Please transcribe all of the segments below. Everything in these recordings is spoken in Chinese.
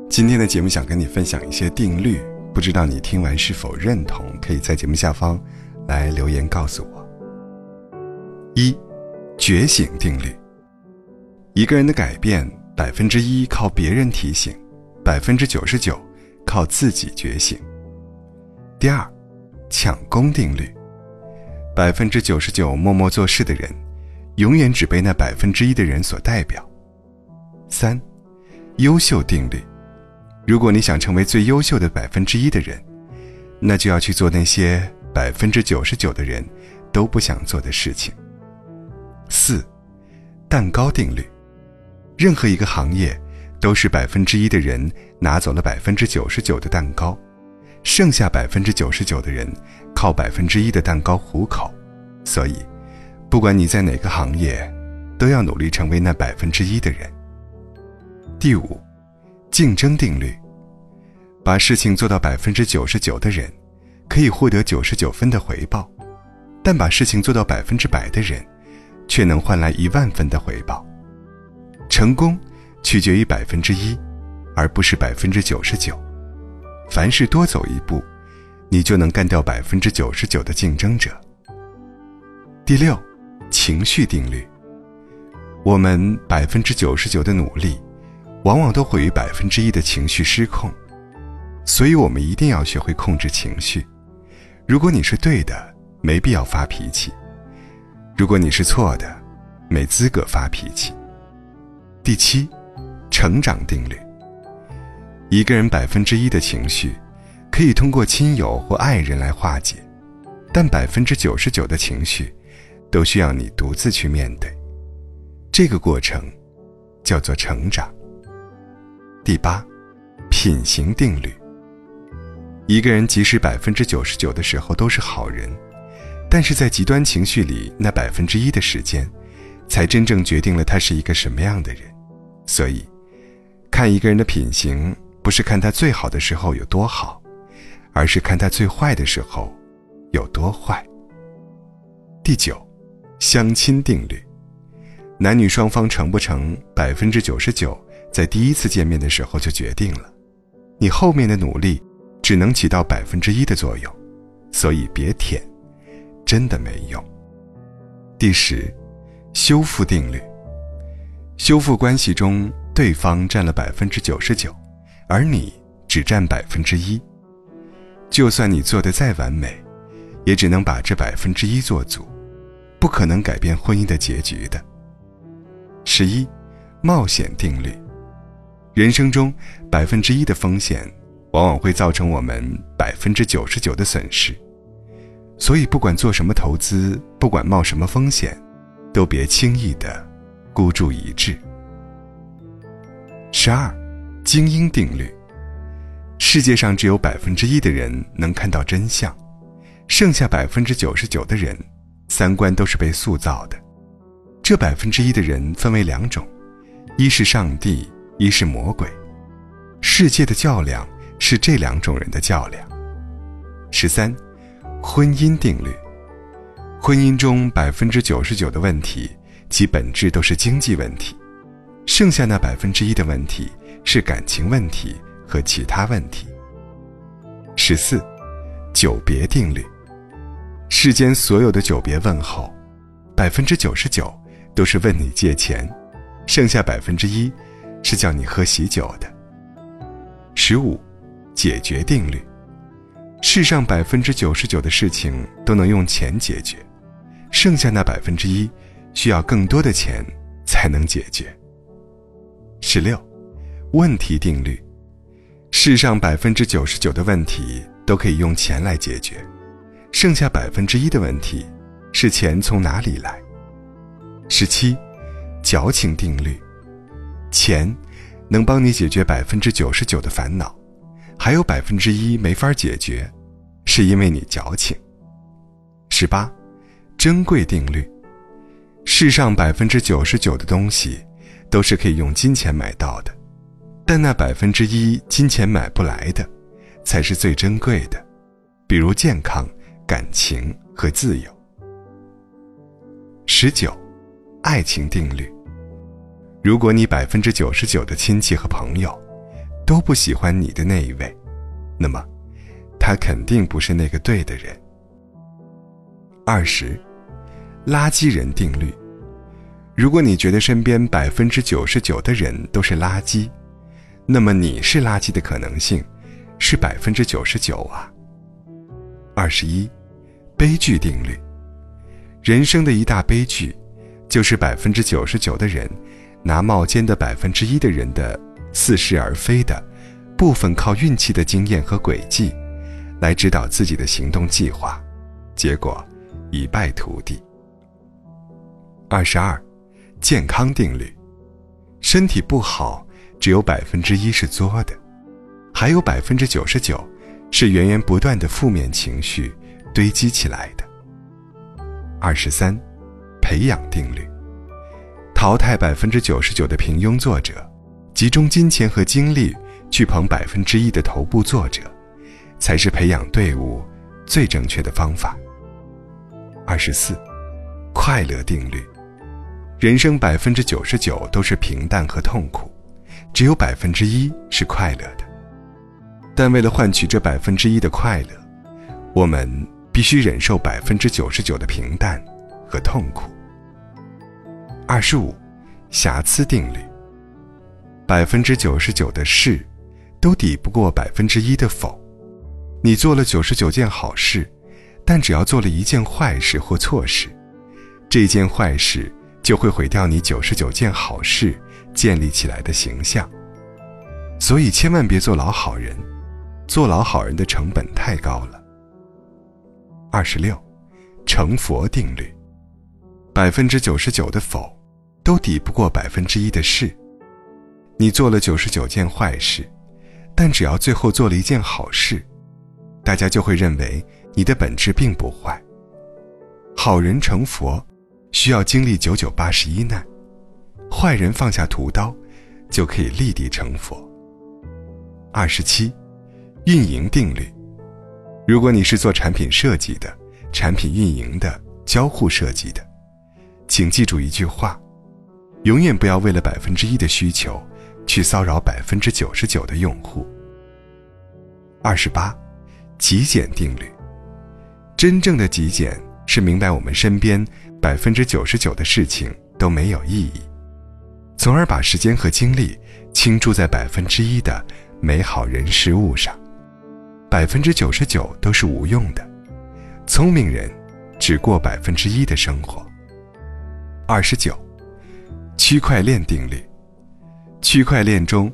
今天的节目想跟你分享一些定律，不知道你听完是否认同，可以在节目下方来留言告诉我。1. 觉醒定律。一个人的改变1%靠别人提醒，99%靠自己觉醒。第二，抢功定律。99%默默做事的人，永远只被那1%的人所代表。3. 优秀定律。如果你想成为最优秀的1%的人，那就要去做那些99%的人都不想做的事情。4. 蛋糕定律。任何一个行业都是1%的人拿走了99%的蛋糕，剩下99%的人靠1%的蛋糕糊口。所以不管你在哪个行业，都要努力成为那1%的人。第5，竞争定律。把事情做到99%的人可以获得99分的回报，但把事情做到100%的人却能换来10000分的回报。成功取决于1%，而不是99%。凡事多走一步，你就能干掉99%的竞争者。第6，情绪定律。我们99%的努力往往都会与1%的情绪失控，所以我们一定要学会控制情绪。如果你是对的，没必要发脾气；如果你是错的，没资格发脾气。第7，成长定律。一个人1%的情绪可以通过亲友或爱人来化解，但99%的情绪都需要你独自去面对。这个过程叫做成长。第8，品行定律。一个人即使99%的时候都是好人，但是在极端情绪里那1%的时间，才真正决定了他是一个什么样的人。所以看一个人的品行，不是看他最好的时候有多好，而是看他最坏的时候有多坏。第9，相亲定律。男女双方成不成99%在第一次见面的时候就决定了，你后面的努力只能起到1%的作用，所以别舔，真的没用。第10，修复定律。修复关系中，对方占了99%，而你只占1%。就算你做得再完美，也只能把这1%做足，不可能改变婚姻的结局的。11，冒险定律。人生中1%的风险往往会造成我们99%的损失，所以不管做什么投资，不管冒什么风险，都别轻易的孤注一掷。12，精英定律。世界上只有1%的人能看到真相，剩下99%的人三观都是被塑造的。这1%的人分为2种，一是上帝，一是魔鬼。世界的较量是这2种人的较量。13，婚姻定律。婚姻中99%的问题，其本质都是经济问题，剩下那1%的问题是感情问题和其他问题。14，久别定律。世间所有的久别问候，99%都是问你借钱，剩下1%是叫你喝喜酒的。15，解决定律。世上99%的事情都能用钱解决，剩下那1%需要更多的钱才能解决。16，问题定律。世上99%的问题都可以用钱来解决，剩下1%的问题是钱从哪里来。17，矫情定律。钱能帮你解决99%的烦恼，还有1%没法解决，是因为你矫情。18，珍贵定律。世上99%的东西都是可以用金钱买到的，但那1%金钱买不来的才是最珍贵的，比如健康、感情和自由。19，爱情定律。如果你99%的亲戚和朋友都不喜欢你的那一位，那么他肯定不是那个对的人。20，垃圾人定律。如果你觉得身边99%的人都是垃圾，那么你是垃圾的可能性是99%啊。21，悲剧定律。人生的一大悲剧，就是99%的人拿冒尖的1%的人的似是而非的部分靠运气的经验和轨迹来指导自己的行动计划，结果一败涂地。22，健康定律。身体不好只有1%是作的，还有99%是源源不断的负面情绪堆积起来的。23，培养定律。淘汰99%的平庸作者，集中金钱和精力去捧1%的头部作者，才是培养队伍最正确的方法。24，快乐定律。人生99%都是平淡和痛苦，只有1%是快乐的。但为了换取这1%的快乐，我们必须忍受99%的平淡和痛苦。25，瑕疵定律。99%的事都抵不过1%的否。你做了99件好事，但只要做了一件坏事或错事，这件坏事就会毁掉你99件好事建立起来的形象。所以千万别做老好人，做老好人的成本太高了。26，成佛定律。99%的否都抵不过1%的是。你做了99件坏事，但只要最后做了一件好事，大家就会认为你的本质并不坏。好人成佛需要经历9981难，坏人放下屠刀就可以立地成佛。27，运营定律。如果你是做产品设计的、产品运营的、交互设计的，请记住一句话，永远不要为了1%的需求去骚扰99%的用户。28，极简定律。真正的极简是明白我们身边99%的事情都没有意义，从而把时间和精力倾注在1%的美好人事物上。99%都是无用的，聪明人只过1%的生活。29，区块链定律。区块链中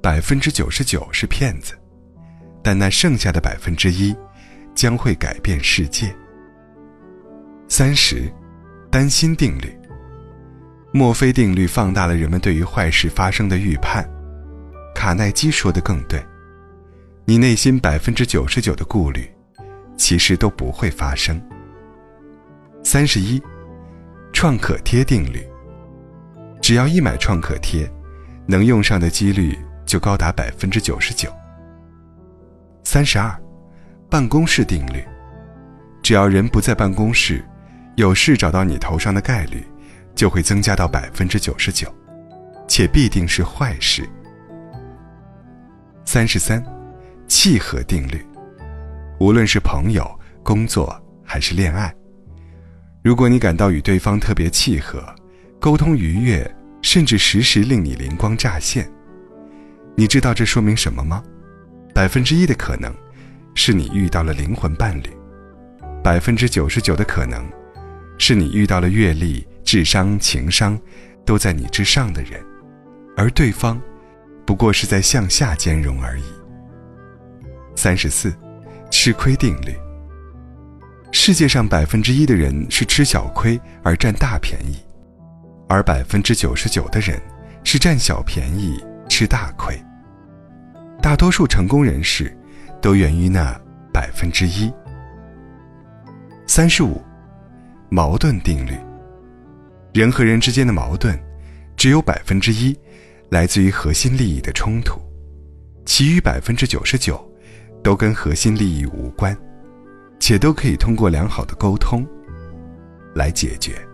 99%是骗子，但那剩下的1%将会改变世界。30，担心定律。墨菲定律放大了人们对于坏事发生的预判，卡耐基说得更对，你内心99%的顾虑其实都不会发生。31，创可贴定律。只要一买创可贴，能用上的几率就高达99%。32，办公室定律。只要人不在办公室，有事找到你头上的概率就会增加到99%，且必定是坏事。33，契合定律。无论是朋友、工作还是恋爱，如果你感到与对方特别契合，沟通愉悦，甚至时时令你灵光乍现，你知道这说明什么吗？1%的可能是你遇到了灵魂伴侣，99%的可能是你遇到了阅历、智商、情商都在你之上的人，而对方不过是在向下兼容而已。34，吃亏定律。世界上1%的人是吃小亏而占大便宜，而99%的人是占小便宜吃大亏。大多数成功人士都源于那1%。35，矛盾定律。人和人之间的矛盾，只有1%来自于核心利益的冲突，其余99%都跟核心利益无关，且都可以通过良好的沟通来解决。